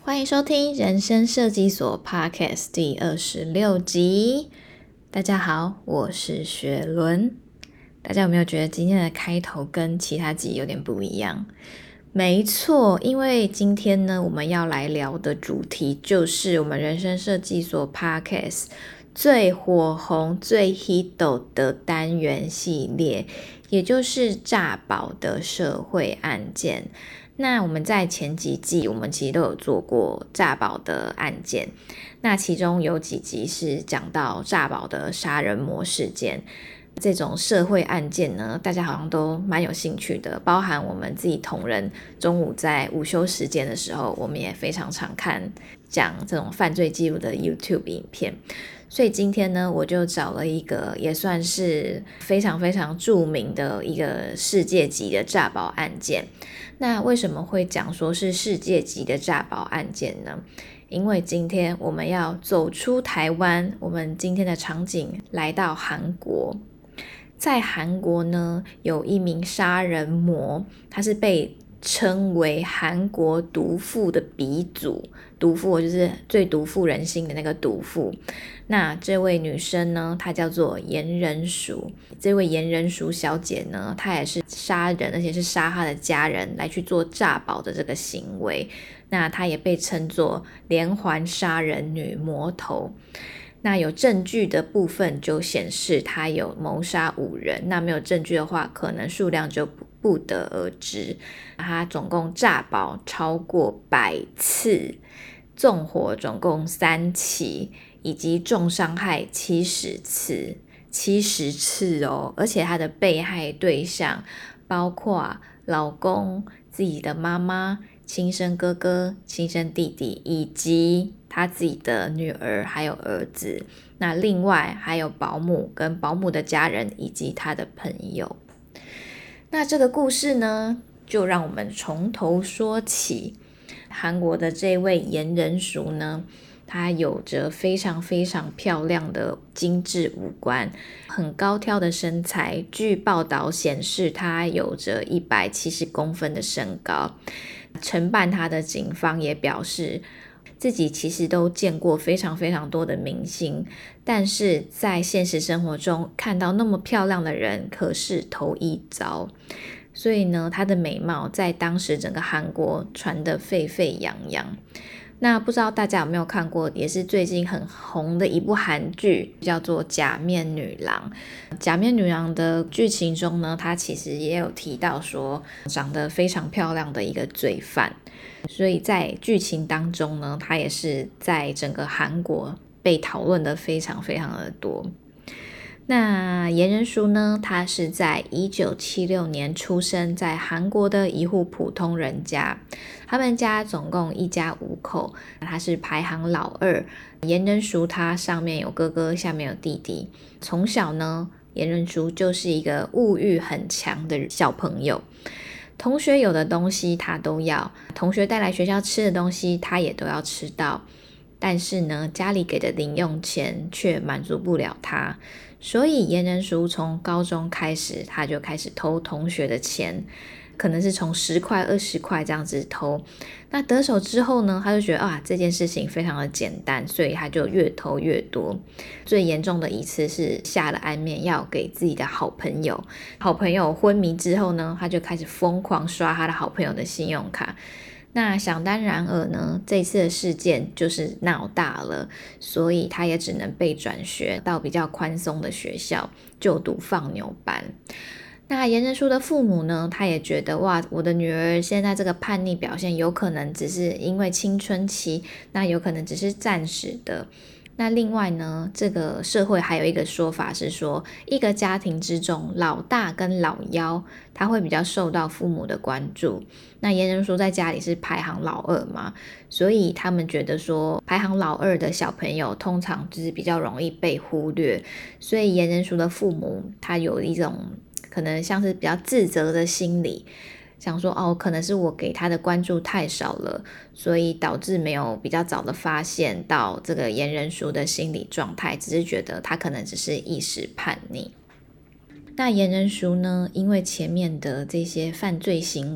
欢迎收听人生设计所 Podcast 第26集。大家好，我是雪伦。大家有没有觉得今天的开头跟其他集有点不一样？没错，因为今天呢，我们要来聊的主题就是我们人生设计所 Podcast 最火红、最 hit 的单元系列，也就是诈保的社会案件。那我们在前几季我们其实都有做过诈保的案件，那其中有几集是讲到诈保的杀人魔事件。这种社会案件呢，大家好像都蛮有兴趣的，包含我们自己同仁中午在午休时间的时候，我们也非常常看讲这种犯罪记录的 YouTube 影片。所以今天呢，我就找了一个也算是非常非常著名的一个世界级的诈保案件。那为什么会讲说是世界级的诈保案件呢？因为今天我们要走出台湾，我们今天的场景来到韩国。在韩国呢，有一名杀人魔，他是被称为韩国毒妇的鼻祖。毒妇就是最毒妇人心的那个毒妇。那这位女生呢，她叫做严仁淑。这位严仁淑小姐呢，她也是杀人，而且是杀她的家人来去做诈保的这个行为。那她也被称作连环杀人女魔头。那有证据的部分就显示他有谋杀5人，那没有证据的话，可能数量就不得而知。他总共诈保超过100次，纵火总共3起，以及重伤害70次，70次哦！而且他的被害对象包括老公、自己的妈妈、亲生哥哥、亲生弟弟，以及他自己的女儿还有儿子。那另外还有保姆跟保姆的家人以及他的朋友。那这个故事呢，就让我们从头说起。韩国的这位严仁淑呢，她有着非常非常漂亮的精致五官，很高挑的身材。据报道显示，她有着170公分的身高。承办她的警方也表示，自己其实都见过非常非常多的明星，但是在现实生活中看到那么漂亮的人可是头一遭。所以呢，她的美貌在当时整个韩国传得沸沸扬扬。那不知道大家有没有看过，也是最近很红的一部韩剧，叫做《假面女郎》。假面女郎的剧情中呢，她其实也有提到说，长得非常漂亮的一个罪犯。所以在剧情当中呢，她也是在整个韩国被讨论的非常非常的多。那严仁淑呢，她是在1976年出生在韩国的一户普通人家。他们家总共一家5口，她是排行老2。严仁淑她上面有哥哥，下面有弟弟。从小呢，严仁淑就是一个物欲很强的小朋友。同学有的东西她都要，同学带来学校吃的东西她也都要吃到。但是呢，家里给的零用钱却满足不了她。所以严仁淑从高中开始，他就开始偷同学的钱，可能是从10块、20块这样子偷。那得手之后呢，他就觉得这件事情非常的简单，所以他就越偷越多。最严重的一次是下了安眠药给自己的好朋友，好朋友昏迷之后呢，他就开始疯狂刷他的好朋友的信用卡。那想当然尔呢，这次的事件就是闹大了，所以他也只能被转学到比较宽松的学校就读放牛班。那严仁淑的父母呢，他也觉得我的女儿现在这个叛逆表现有可能只是因为青春期，那有可能只是暂时的。那另外呢，这个社会还有一个说法是说，一个家庭之中，老大跟老幺他会比较受到父母的关注。那严仁淑在家里是排行老2嘛，所以他们觉得说排行老2的小朋友通常就是比较容易被忽略。所以严仁淑的父母他有一种可能像是比较自责的心理，想说可能是我给他的关注太少了，所以导致没有比较早的发现到这个严仁淑的心理状态，只是觉得他可能只是一时叛逆。那严仁淑呢，因为前面的这些犯罪行为，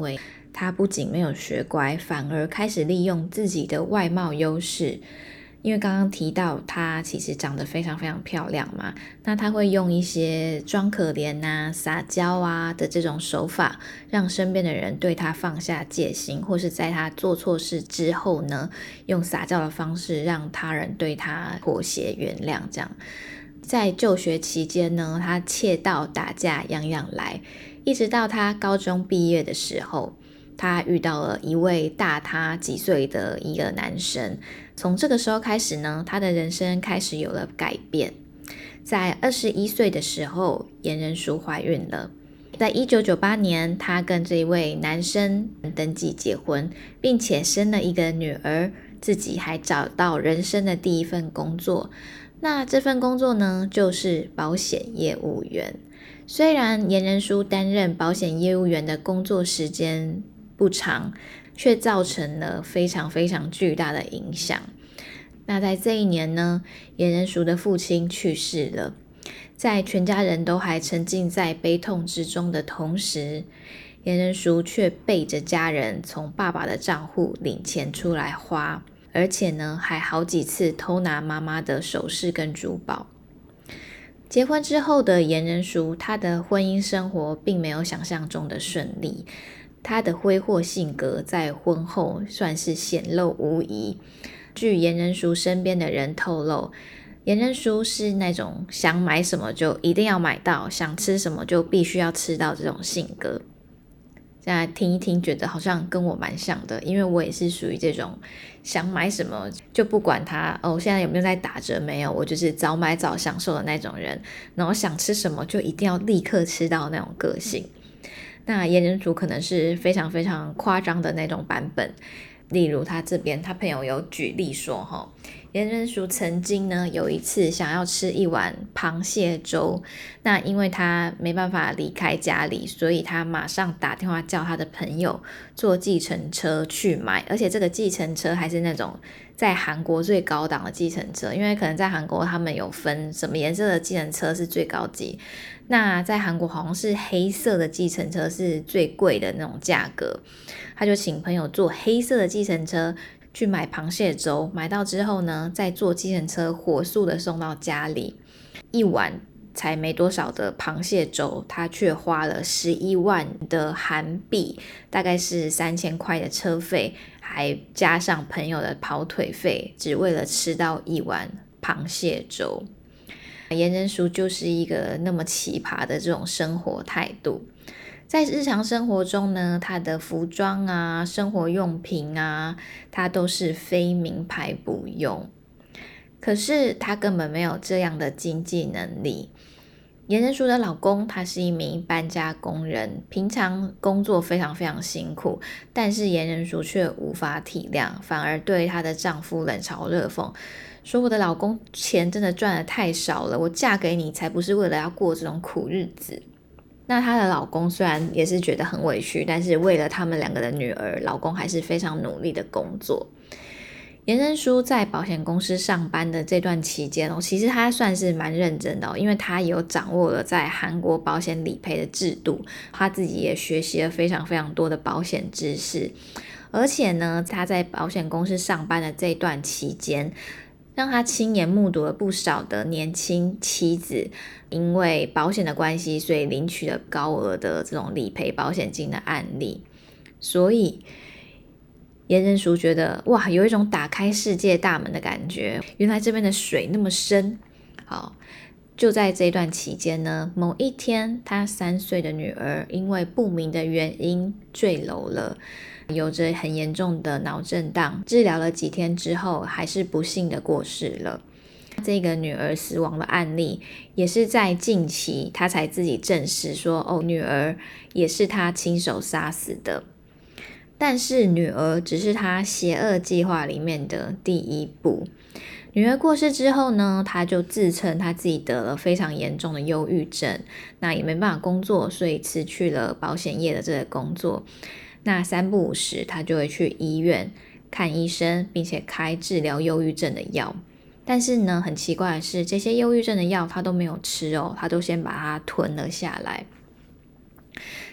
他不仅没有学乖，反而开始利用自己的外貌优势。因为刚刚提到她其实长得非常非常漂亮嘛，那她会用一些装可怜啊、撒娇啊的这种手法，让身边的人对她放下戒心，或是在她做错事之后呢，用撒娇的方式让他人对她妥协原谅这样。在就学期间呢，她窃盗打架样样来，一直到她高中毕业的时候，她遇到了一位大她几岁的一个男生。从这个时候开始呢，她的人生开始有了改变。在21岁的时候，颜人淑怀孕了。在1998年，她跟这一位男生登记结婚，并且生了一个女儿，自己还找到人生的第一份工作。那这份工作呢，就是保险业务员。虽然颜人淑担任保险业务员的工作时间不长，却造成了非常非常巨大的影响。那在这一年呢，颜人淑的父亲去世了。在全家人都还沉浸在悲痛之中的同时，颜人淑却背着家人从爸爸的账户领钱出来花，而且呢，还好几次偷拿妈妈的首饰跟珠宝。结婚之后的颜人淑，她的婚姻生活并没有想象中的顺利。她的挥霍性格在婚后算是显露无遗。据颜人淑身边的人透露，颜人淑是那种想买什么就一定要买到，想吃什么就必须要吃到这种性格。现在听一听，觉得好像跟我蛮像的，因为我也是属于这种想买什么就不管它现在有没有在打折，没有，我就是早买早享受的那种人，然后想吃什么就一定要立刻吃到那种个性。那颜人淑可能是非常非常夸张的那种版本，例如他这边他朋友有举例说颜人淑曾经呢有一次想要吃一碗螃蟹粥，那因为他没办法离开家里，所以他马上打电话叫他的朋友坐计程车去买，而且这个计程车还是那种在韩国最高档的计程车，因为可能在韩国他们有分什么颜色的计程车是最高级，那在韩国好像是黑色的计程车是最贵的那种价格。他就请朋友坐黑色的计程车去买螃蟹粥，买到之后呢，再坐计程车火速的送到家里。一碗才没多少的螃蟹粥，他却花了11万的韩币，大概是3000块的车费，还加上朋友的跑腿费，只为了吃到一碗螃蟹粥。颜人淑就是一个那么奇葩的这种生活态度。在日常生活中呢，他的服装啊、生活用品啊，他都是非名牌不用。可是他根本没有这样的经济能力。颜人淑的老公他是一名搬家工人，平常工作非常非常辛苦，但是颜人淑却无法体谅，反而对她的丈夫冷嘲热讽，说我的老公钱真的赚得太少了，我嫁给你才不是为了要过这种苦日子。那她的老公虽然也是觉得很委屈，但是为了他们两个的女儿，老公还是非常努力的工作。颜人淑在保险公司上班的这段期间其实她算是蛮认真的因为她有掌握了在韩国保险理赔的制度，她自己也学习了非常非常多的保险知识。而且呢，她在保险公司上班的这段期间，让他亲眼目睹了不少的年轻妻子因为保险的关系，所以领取了高额的这种理赔保险金的案例。所以颜人淑觉得哇，有一种打开世界大门的感觉，原来这边的水那么深。好，就在这段期间呢，某一天他3岁的女儿因为不明的原因坠楼了，有着很严重的脑震荡，治疗了几天之后还是不幸的过世了。这个女儿死亡的案例也是在近期他才自己证实说女儿也是他亲手杀死的。但是女儿只是他邪恶计划里面的第一步。女儿过世之后呢，他就自称他自己得了非常严重的忧郁症，那也没办法工作，所以辞去了保险业的这个工作。那3不5时他就会去医院看医生，并且开治疗忧郁症的药。但是呢，很奇怪的是，这些忧郁症的药他都没有吃他都先把它吞了下来。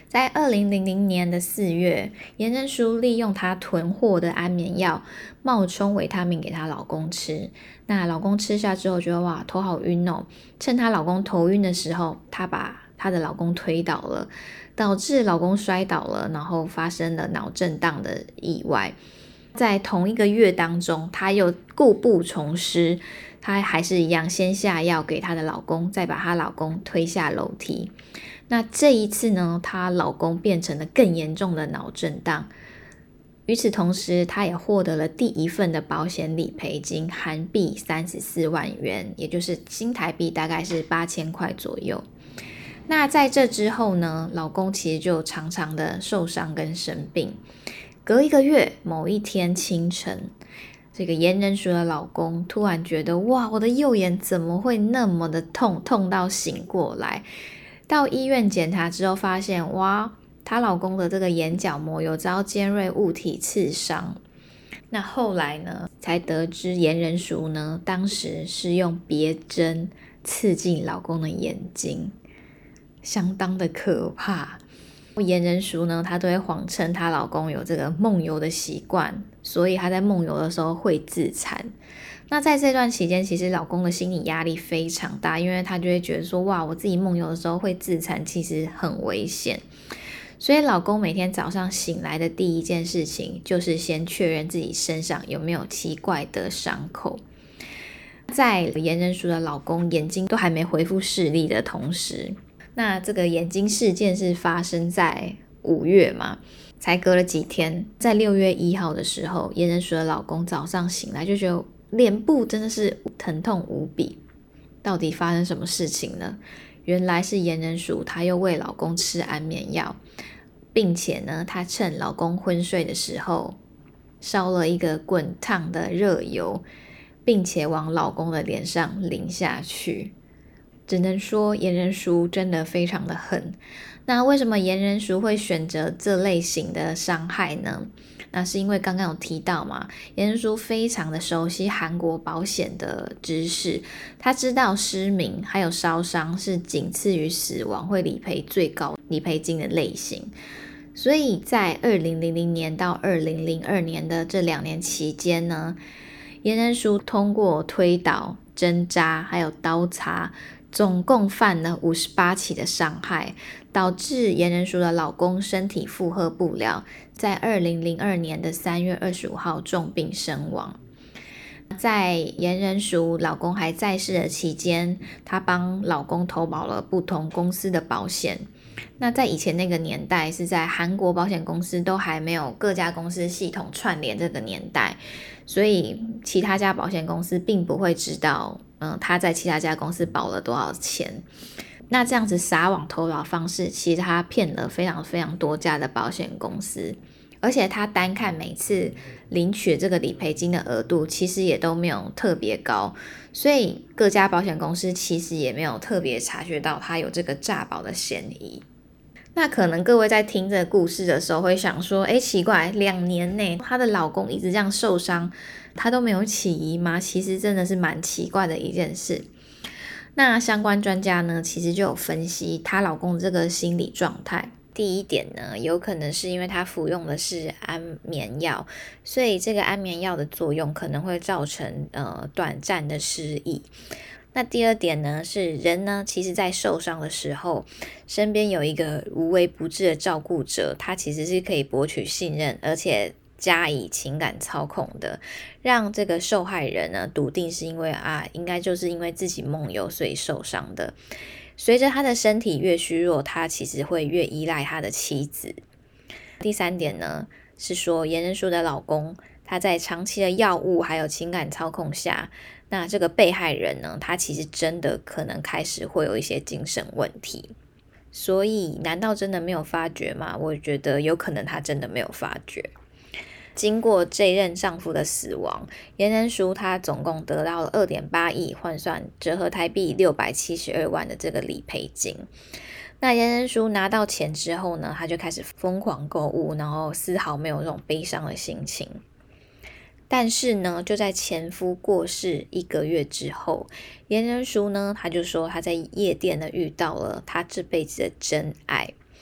在2000年的4月，严仁淑利用她囤货的安眠药冒充维他命给她老公吃。那老公吃下之后觉得哇头好晕哦，趁她老公头晕的时候，她把她的老公推倒了，导致老公摔倒了，然后发生了脑震荡的意外。在同一个月当中，她又故步重施，她还是一样先下药给她的老公，再把她老公推下楼梯。那这一次呢，她老公变成了更严重的脑震荡。与此同时，她也获得了第一份的保险理赔金，韩币34万元，也就是新台币大概是8000块左右。那在这之后呢，老公其实就常常的受伤跟生病。隔一个月，某一天清晨，这个严仁淑的老公突然觉得哇，我的右眼怎么会那么的痛，痛到醒过来。到医院检查之后发现，哇，她老公的这个眼角膜有遭尖锐物体刺伤。那后来呢，才得知严仁淑呢，当时是用别针刺进老公的眼睛，相当的可怕。严仁淑呢，她都会谎称她老公有这个梦游的习惯，所以她在梦游的时候会自残。那在这段期间，其实老公的心理压力非常大，因为他就会觉得说，哇，我自己梦游的时候会自残，其实很危险。所以老公每天早上醒来的第一件事情，就是先确认自己身上有没有奇怪的伤口。在严仁淑的老公眼睛都还没恢复视力的同时，那这个眼睛事件是发生在5月嘛，才隔了几天，在6月1号的时候，严仁淑的老公早上醒来就觉得脸部真的是疼痛无比。到底发生什么事情呢？原来是严仁淑她又喂老公吃安眠药，并且呢，她趁老公昏睡的时候烧了一个滚烫的热油，并且往老公的脸上淋下去。只能说严仁淑真的非常的狠。那为什么严仁淑会选择这类型的伤害呢？那是因为刚刚有提到嘛，严仁淑非常的熟悉韩国保险的知识，他知道失明还有烧伤是仅次于死亡会理赔最高理赔金的类型。所以在2000年到2002年的这2年期间呢，严仁淑通过推倒、针扎还有刀叉，总共犯了58起的伤害，导致严仁淑的老公身体负荷不了，在2002年的3月25号重病身亡。在严仁淑老公还在世的期间，她帮老公投保了不同公司的保险。那在以前那个年代，是在韩国保险公司都还没有各家公司系统串联这个年代，所以其他家保险公司并不会知道他在其他家公司保了多少钱。那这样子撒网投保方式，其实他骗了非常非常多家的保险公司，而且他单看每次领取这个理赔金的额度，其实也都没有特别高，所以各家保险公司其实也没有特别察觉到他有这个诈保的嫌疑。那可能各位在听这个故事的时候会想说，奇怪，2年内她的老公一直这样受伤，她都没有起疑吗？其实真的是蛮奇怪的一件事。那相关专家呢，其实就有分析她老公这个心理状态。第一点呢，有可能是因为她服用的是安眠药，所以这个安眠药的作用可能会造成短暂的失忆。那第二点呢，是人呢，其实在受伤的时候，身边有一个无微不至的照顾者，他其实是可以博取信任，而且加以情感操控的，让这个受害人呢笃定是因为应该就是因为自己梦游所以受伤的。随着他的身体越虚弱，他其实会越依赖他的妻子。第三点呢，是说严仁淑的老公，他在长期的药物还有情感操控下，那这个被害人呢，他其实真的可能开始会有一些精神问题。所以难道真的没有发觉吗？我觉得有可能他真的没有发觉。经过这任丈夫的死亡，严仁淑她总共得到了2.8亿，换算折合台币672万的这个理赔金。那严仁淑拿到钱之后呢，她就开始疯狂购物，然后丝毫没有这种悲伤的心情。但是呢，就在前夫过世1个月之后，严仁淑呢，她就说她在夜店呢遇到了她这辈子的真爱。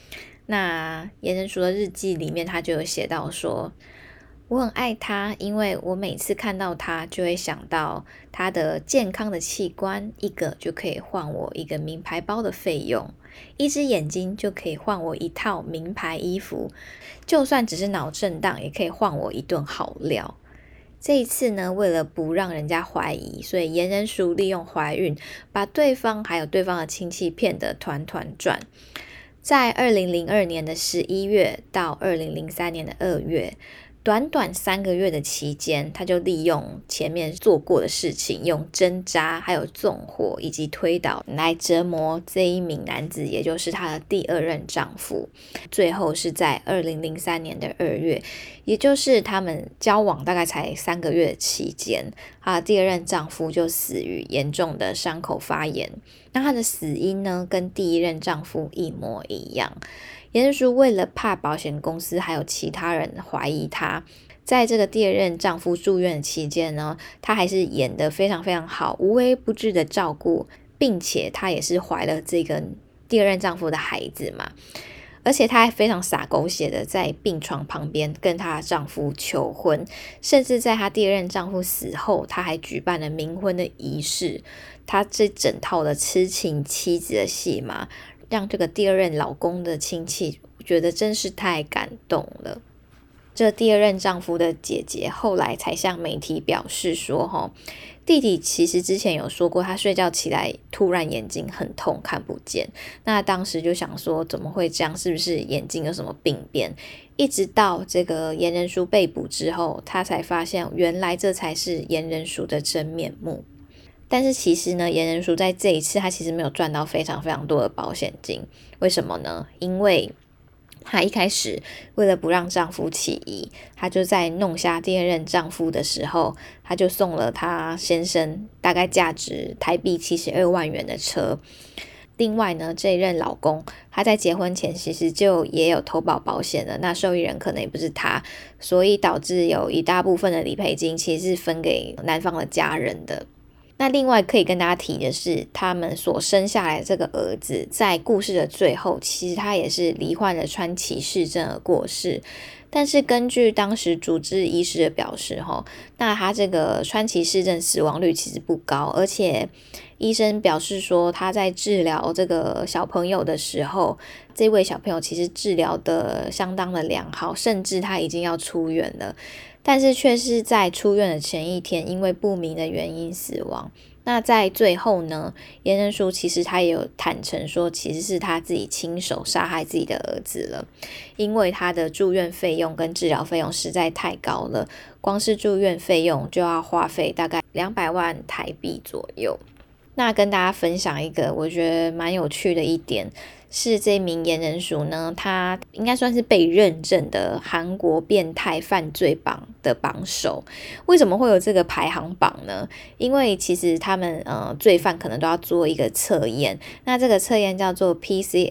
那严仁淑的日记里面，他就有写到说，我很爱他，因为我每次看到他就会想到他的健康的器官，一个就可以换我一个名牌包的费用，一只眼睛就可以换我一套名牌衣服，就算只是脑震荡也可以换我一顿好料。这一次呢，为了不让人家怀疑，所以严仁淑利用怀孕把对方还有对方的亲戚骗得团团转。在2002年的11月到2003年的2月，短短3个月的期间，他就利用前面做过的事情，用针扎、还有纵火以及推倒来折磨这一名男子，也就是他的第2任丈夫。最后是在2003年的2月，也就是他们交往大概才3个月的期间，她的第2任丈夫就死于严重的伤口发炎。那她的死因呢，跟第1任丈夫一模一样。严仁淑为了怕保险公司还有其他人怀疑她，在这个第2任丈夫住院的期间呢，她还是演得非常非常好，无微不至的照顾，并且她也是怀了这个第2任丈夫的孩子嘛。而且她还非常洒狗血的在病床旁边跟她的丈夫求婚，甚至在她第2任丈夫死后，她还举办了冥婚的仪式。她这整套的痴情妻子的戏码，让这个第2任老公的亲戚觉得真是太感动了。这第2任丈夫的姐姐后来才向媒体表示说，弟弟其实之前有说过，他睡觉起来突然眼睛很痛，看不见。那当时就想说，怎么会这样？是不是眼睛有什么病变？一直到这个严仁淑被捕之后，他才发现原来这才是严仁淑的真面目。但是其实呢，严仁淑在这一次他其实没有赚到非常非常多的保险金。为什么呢？因为她一开始为了不让丈夫起疑，她就在弄瞎第2任丈夫的时候，她就送了她先生大概价值台币72万元的车。另外呢，这一任老公他在结婚前其实就也有投保保险的，那受益人可能也不是他，所以导致有一大部分的理赔金其实是分给男方的家人的。那另外可以跟大家提的是，他们所生下来这个儿子，在故事的最后，其实他也是罹患了川崎氏症而过世。但是根据当时主治医师的表示，那他这个川崎氏症死亡率其实不高，而且医生表示说，他在治疗这个小朋友的时候，这位小朋友其实治疗的相当的良好，甚至他已经要出院了。但是却是在出院的前一天，因为不明的原因死亡。那在最后呢，严仁淑其实他也有坦诚说，其实是他自己亲手杀害自己的儿子了，因为他的住院费用跟治疗费用实在太高了，光是住院费用就要花费大概200万台币左右。那跟大家分享一个我觉得蛮有趣的一点，是这名严仁淑呢，他应该算是被认证的韩国变态犯罪榜的榜首。为什么会有这个排行榜呢？因为其实他们罪犯可能都要做一个测验，那这个测验叫做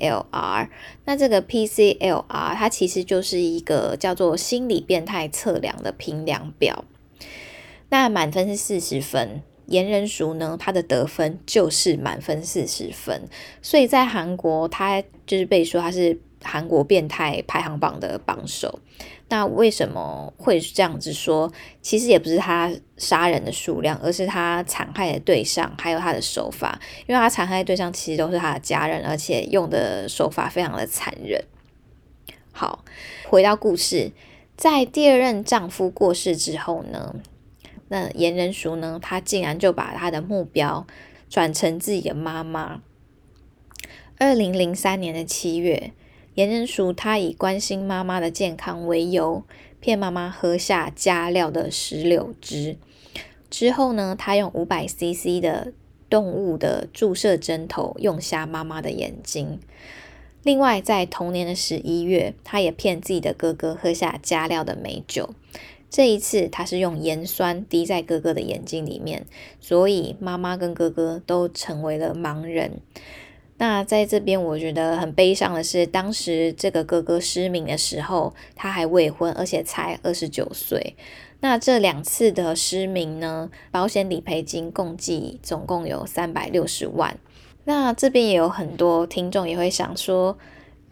PCLR。那这个 PCLR 它其实就是一个叫做心理变态测量的评量表。那满分是40分。严仁淑呢，她的得分就是满分40分，所以在韩国，她就是被说她是韩国变态排行榜的榜首。那为什么会这样子说？其实也不是她杀人的数量，而是她残害的对象还有她的手法，因为她残害的对象其实都是她的家人，而且用的手法非常的残忍。好，回到故事，在第2任丈夫过世之后呢，那严仁淑呢，她竟然就把她的目标转成自己的妈妈。2003年的7月，严仁淑她以关心妈妈的健康为由，骗妈妈喝下加料的石榴汁。之后呢，她用500cc 的动物的注射针头用瞎妈妈的眼睛。另外，在同年的11月，她也骗自己的哥哥喝下加料的美酒。这一次他是用盐酸滴在哥哥的眼睛里面，所以妈妈跟哥哥都成为了盲人。那在这边我觉得很悲伤的是，当时这个哥哥失明的时候他还未婚，而且才29岁。那这2次的失明呢，保险理赔金共计总共有360万。那这边也有很多听众也会想说，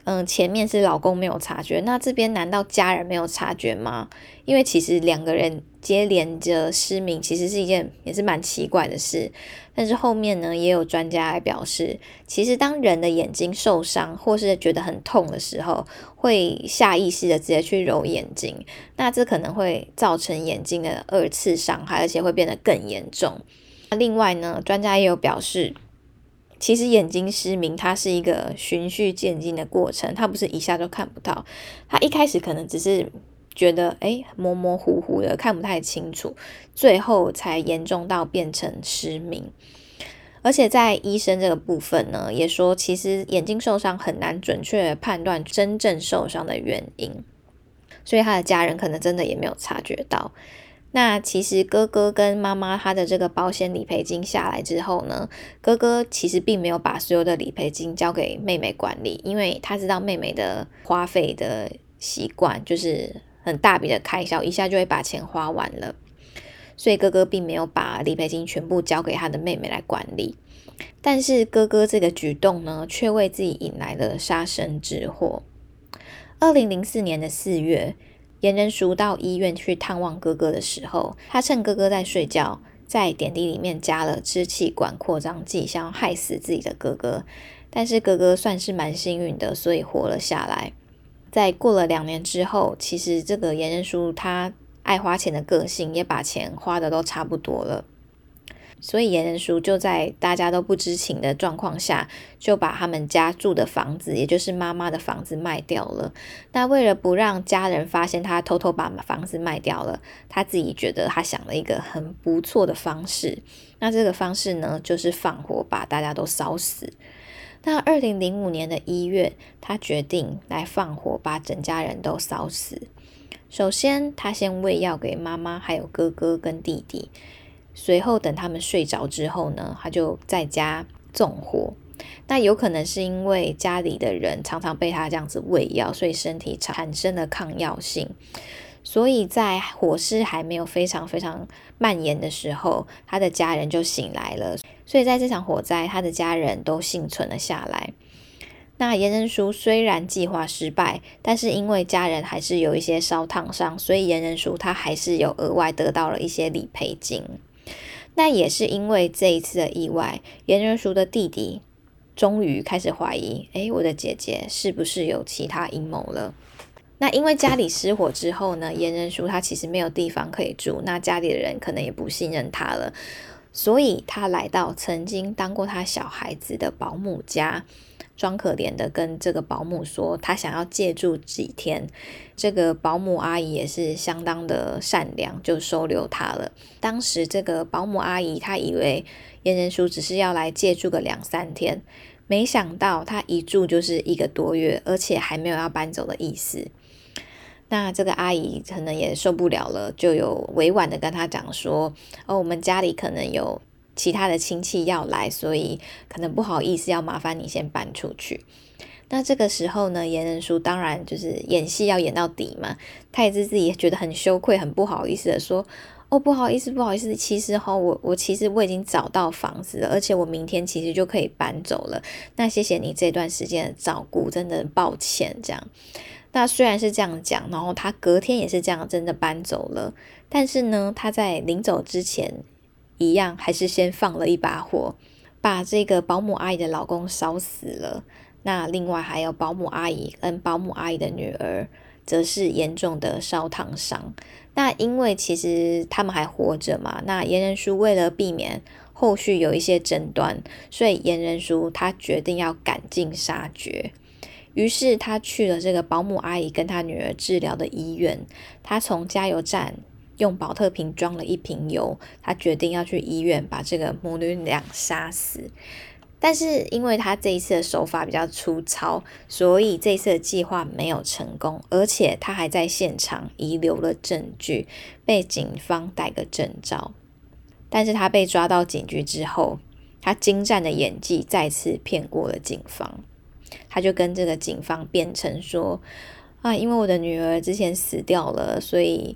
前面是老公没有察觉，那这边难道家人没有察觉吗？因为其实2个人接连着失明，其实是一件也是蛮奇怪的事。但是后面呢，也有专家来表示，其实当人的眼睛受伤或是觉得很痛的时候，会下意识的直接去揉眼睛，那这可能会造成眼睛的2次伤害，而且会变得更严重。另外呢，专家也有表示，其实眼睛失明它是一个循序渐进的过程，它不是一下就看不到。它一开始可能只是觉得模模糊糊的看不太清楚，最后才严重到变成失明。而且在医生这个部分呢，也说其实眼睛受伤很难准确地判断真正受伤的原因，所以他的家人可能真的也没有察觉到。那其实哥哥跟妈妈他的这个保险理赔金下来之后呢，哥哥其实并没有把所有的理赔金交给妹妹管理，因为他知道妹妹的花费的习惯就是很大笔的开销，一下就会把钱花完了，所以哥哥并没有把理赔金全部交给他的妹妹来管理。但是哥哥这个举动呢，却为自己引来了杀身之祸。2004年的4月，严仁淑到医院去探望哥哥的时候，他趁哥哥在睡觉，在点滴里面加了支气管扩张剂，想要害死自己的哥哥。但是哥哥算是蛮幸运的，所以活了下来。在过了2年之后，其实这个严仁淑他爱花钱的个性也把钱花的都差不多了，所以严仁淑就在大家都不知情的状况下，就把他们家住的房子，也就是妈妈的房子卖掉了。那为了不让家人发现他偷偷把房子卖掉了，他自己觉得他想了一个很不错的方式。那这个方式呢，就是放火把大家都烧死。那2005年的1月，他决定来放火把整家人都烧死。首先他先喂药给妈妈还有哥哥跟弟弟，随后等他们睡着之后呢，他就在家纵火。那有可能是因为家里的人常常被他这样子喂药，所以身体产生了抗药性，所以在火势还没有非常非常蔓延的时候，他的家人就醒来了，所以在这场火灾，他的家人都幸存了下来。那严仁淑虽然计划失败，但是因为家人还是有一些烧烫伤，所以严仁淑他还是有额外得到了一些理赔金。那也是因为这一次的意外，严仁淑的弟弟终于开始怀疑，我的姐姐是不是有其他阴谋了？那因为家里失火之后呢，严仁淑他其实没有地方可以住，那家里的人可能也不信任他了，所以他来到曾经当过他小孩子的保姆家，装可怜的跟这个保姆说他想要借住几天。这个保姆阿姨也是相当的善良，就收留他了。当时这个保姆阿姨她以为严仁淑只是要来借住个2-3天，没想到他一住就是1个多月，而且还没有要搬走的意思。那这个阿姨可能也受不了了，就有委婉的跟他讲说，我们家里可能有其他的亲戚要来，所以可能不好意思，要麻烦你先搬出去。那这个时候呢，严仁淑当然就是演戏要演到底嘛，他也是自己觉得很羞愧很不好意思的说，不好意思，其实我已经找到房子了，而且我明天其实就可以搬走了，那谢谢你这段时间的照顾，真的很抱歉这样。那虽然是这样讲，然后他隔天也是这样真的搬走了，但是呢，他在临走之前一样还是先放了一把火，把这个保姆阿姨的老公烧死了。那另外还有保姆阿姨跟保姆阿姨的女儿则是严重的烧烫伤。那因为其实他们还活着嘛，那严仁淑为了避免后续有一些争端，所以严仁淑他决定要赶尽杀绝。于是他去了这个保姆阿姨跟他女儿治疗的医院，他从加油站用保特瓶装了1瓶油，他决定要去医院把这个母女俩杀死。但是因为他这一次的手法比较粗糙，所以这一次的计划没有成功，而且他还在现场遗留了证据，被警方逮个正着。但是他被抓到警局之后，他精湛的演技再次骗过了警方。他就跟这个警方辩称说，因为我的女儿之前死掉了，所以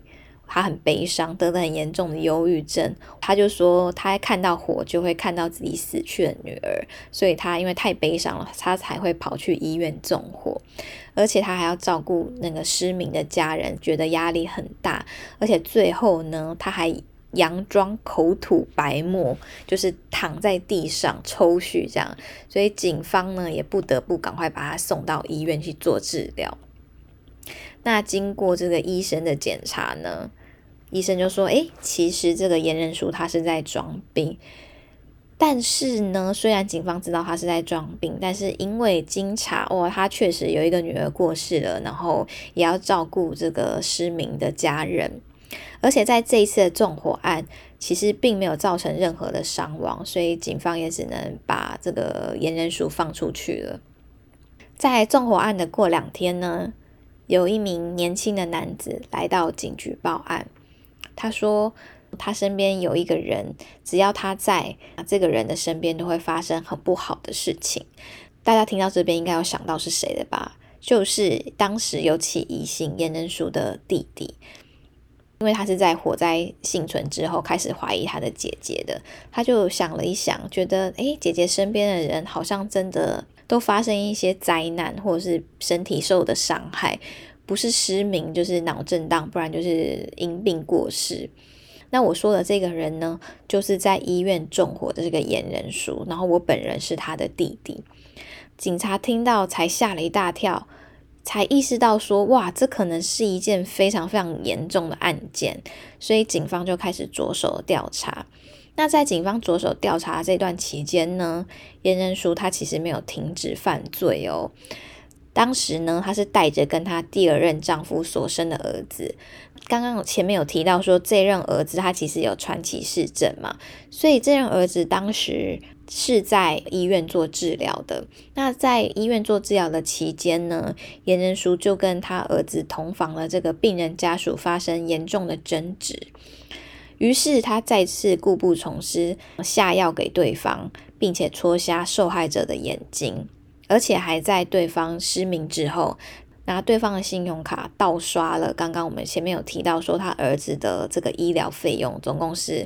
他很悲伤，得了很严重的忧郁症。他就说他看到火就会看到自己死去的女儿，所以他因为太悲伤了，他才会跑去医院纵火。而且他还要照顾那个失明的家人，觉得压力很大。而且最后呢，他还佯装口吐白沫，就是躺在地上抽搐这样。所以警方呢也不得不赶快把他送到医院去做治疗。那经过这个医生的检查呢，医生就说其实这个严仁淑他是在装病。但是呢，虽然警方知道他是在装病，但是因为经查他确实有一个女儿过世了，然后也要照顾这个失明的家人，而且在这一次的纵火案其实并没有造成任何的伤亡，所以警方也只能把这个严仁淑放出去了。在纵火案的过2天呢，有一名年轻的男子来到警局报案，他说他身边有一个人，只要他在，这个人的身边都会发生很不好的事情。大家听到这边应该有想到是谁的吧？就是当时有起疑心严仁淑的弟弟，因为他是在火灾幸存之后开始怀疑他的姐姐的。他就想了一想，觉得姐姐身边的人好像真的都发生一些灾难，或者是身体受的伤害，不是失明就是脑震荡，不然就是因病过世。那我说的这个人呢，就是在医院纵火的这个严仁淑，然后我本人是他的弟弟。警察听到才吓了一大跳，才意识到说哇，这可能是一件非常非常严重的案件，所以警方就开始着手调查。那在警方着手调查这段期间呢，严仁淑他其实没有停止犯罪哦。当时呢，她是带着跟她第2任丈夫所生的儿子。刚刚前面有提到说，这任儿子他其实有川崎氏症嘛，所以这任儿子当时是在医院做治疗的。那在医院做治疗的期间呢，严仁淑就跟他儿子同房的这个病人家属发生严重的争执，于是他再次故步重施，下药给对方，并且戳瞎受害者的眼睛。而且还在对方失明之后，拿对方的信用卡盗刷了刚刚我们前面有提到说他儿子的这个医疗费用，总共是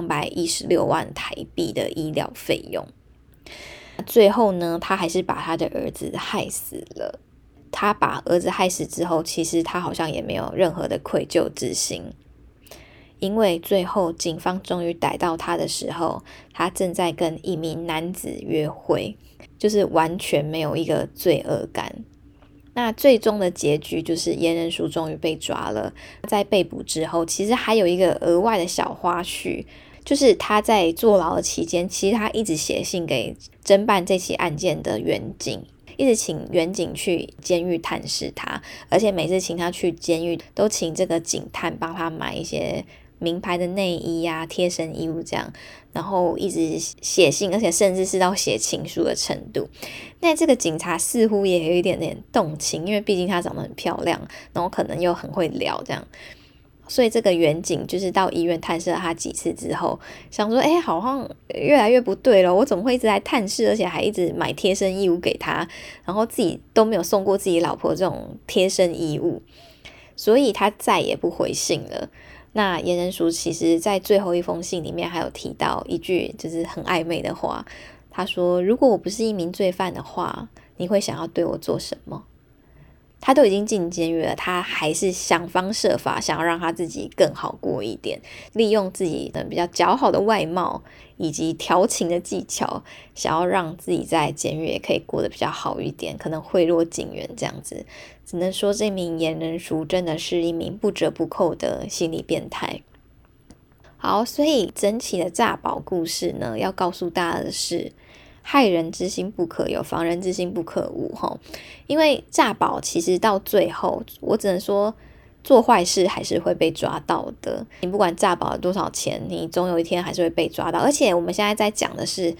216万台币的医疗费用。最后呢，他还是把他的儿子害死了。他把儿子害死之后，其实他好像也没有任何的愧疚之心，因为最后警方终于逮到他的时候，他正在跟一名男子约会，就是完全没有一个罪恶感。那最终的结局就是严仁淑终于被抓了。在被捕之后，其实还有一个额外的小花絮，就是他在坐牢的期间，其实他一直写信给侦办这起案件的员警，一直请员警去监狱探视他，而且每次请他去监狱都请这个警探帮他买一些名牌的内衣啊、贴身衣物这样，然后一直写信，而且甚至是到写情书的程度。那这个警察似乎也有一点点动情，因为毕竟她长得很漂亮，然后可能又很会聊这样，所以这个员警就是到医院探视了他几次之后，想说好像越来越不对了，我怎么会一直来探视，而且还一直买贴身衣物给他，然后自己都没有送过自己老婆这种贴身衣物，所以他再也不回信了。那严仁淑其实在最后一封信里面还有提到一句就是很暧昧的话，他说如果我不是一名罪犯的话，你会想要对我做什么？他都已经进监狱了，他还是想方设法想要让他自己更好过一点，利用自己的比较姣好的外貌以及调情的技巧，想要让自己在监狱也可以过得比较好一点，可能贿赂警员这样子。只能说这名严仁淑真的是一名不折不扣的心理变态。好，所以整起的诈保故事呢，要告诉大家的是，害人之心不可有，防人之心不可无。因为诈保其实到最后，我只能说做坏事还是会被抓到的。你不管诈保了多少钱，你总有一天还是会被抓到。而且我们现在在讲的是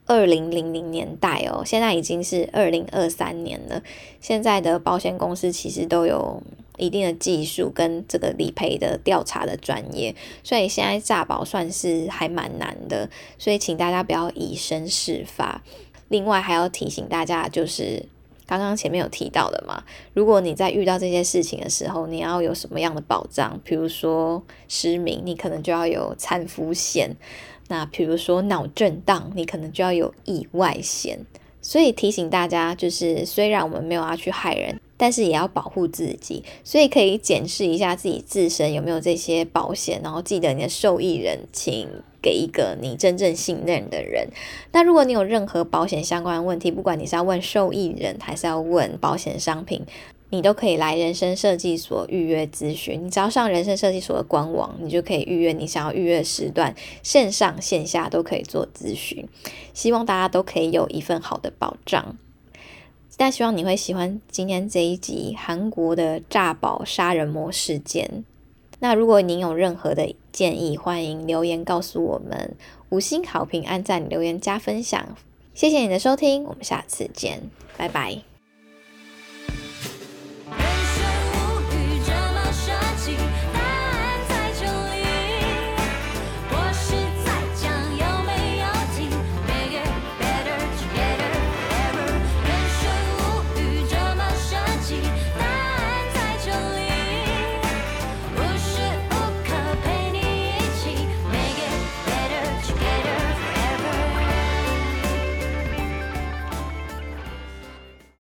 2000年代哦，现在已经是2023年了。现在的保险公司其实都有一定的技术跟这个理赔的调查的专业，所以现在诈保算是还蛮难的，所以请大家不要以身试法。另外还要提醒大家，就是刚刚前面有提到的嘛，如果你在遇到这些事情的时候，你要有什么样的保障？比如说失明，你可能就要有残扶险，那比如说脑震荡，你可能就要有意外险。所以提醒大家，就是虽然我们没有要去害人，但是也要保护自己，所以可以检视一下自己自身有没有这些保险，然后记得你的受益人请给一个你真正信任的人。那如果你有任何保险相关的问题，不管你是要问受益人还是要问保险商品，你都可以来人生设计所预约咨询。你只要上人生设计所的官网，你就可以预约你想要预约的时段，线上线下都可以做咨询。希望大家都可以有一份好的保障。但希望你会喜欢今天这一集韩国的诈保杀人魔事件。那如果您有任何的建议，欢迎留言告诉我们，5星好评、按赞、留言加分享。谢谢你的收听，我们下次见，拜拜。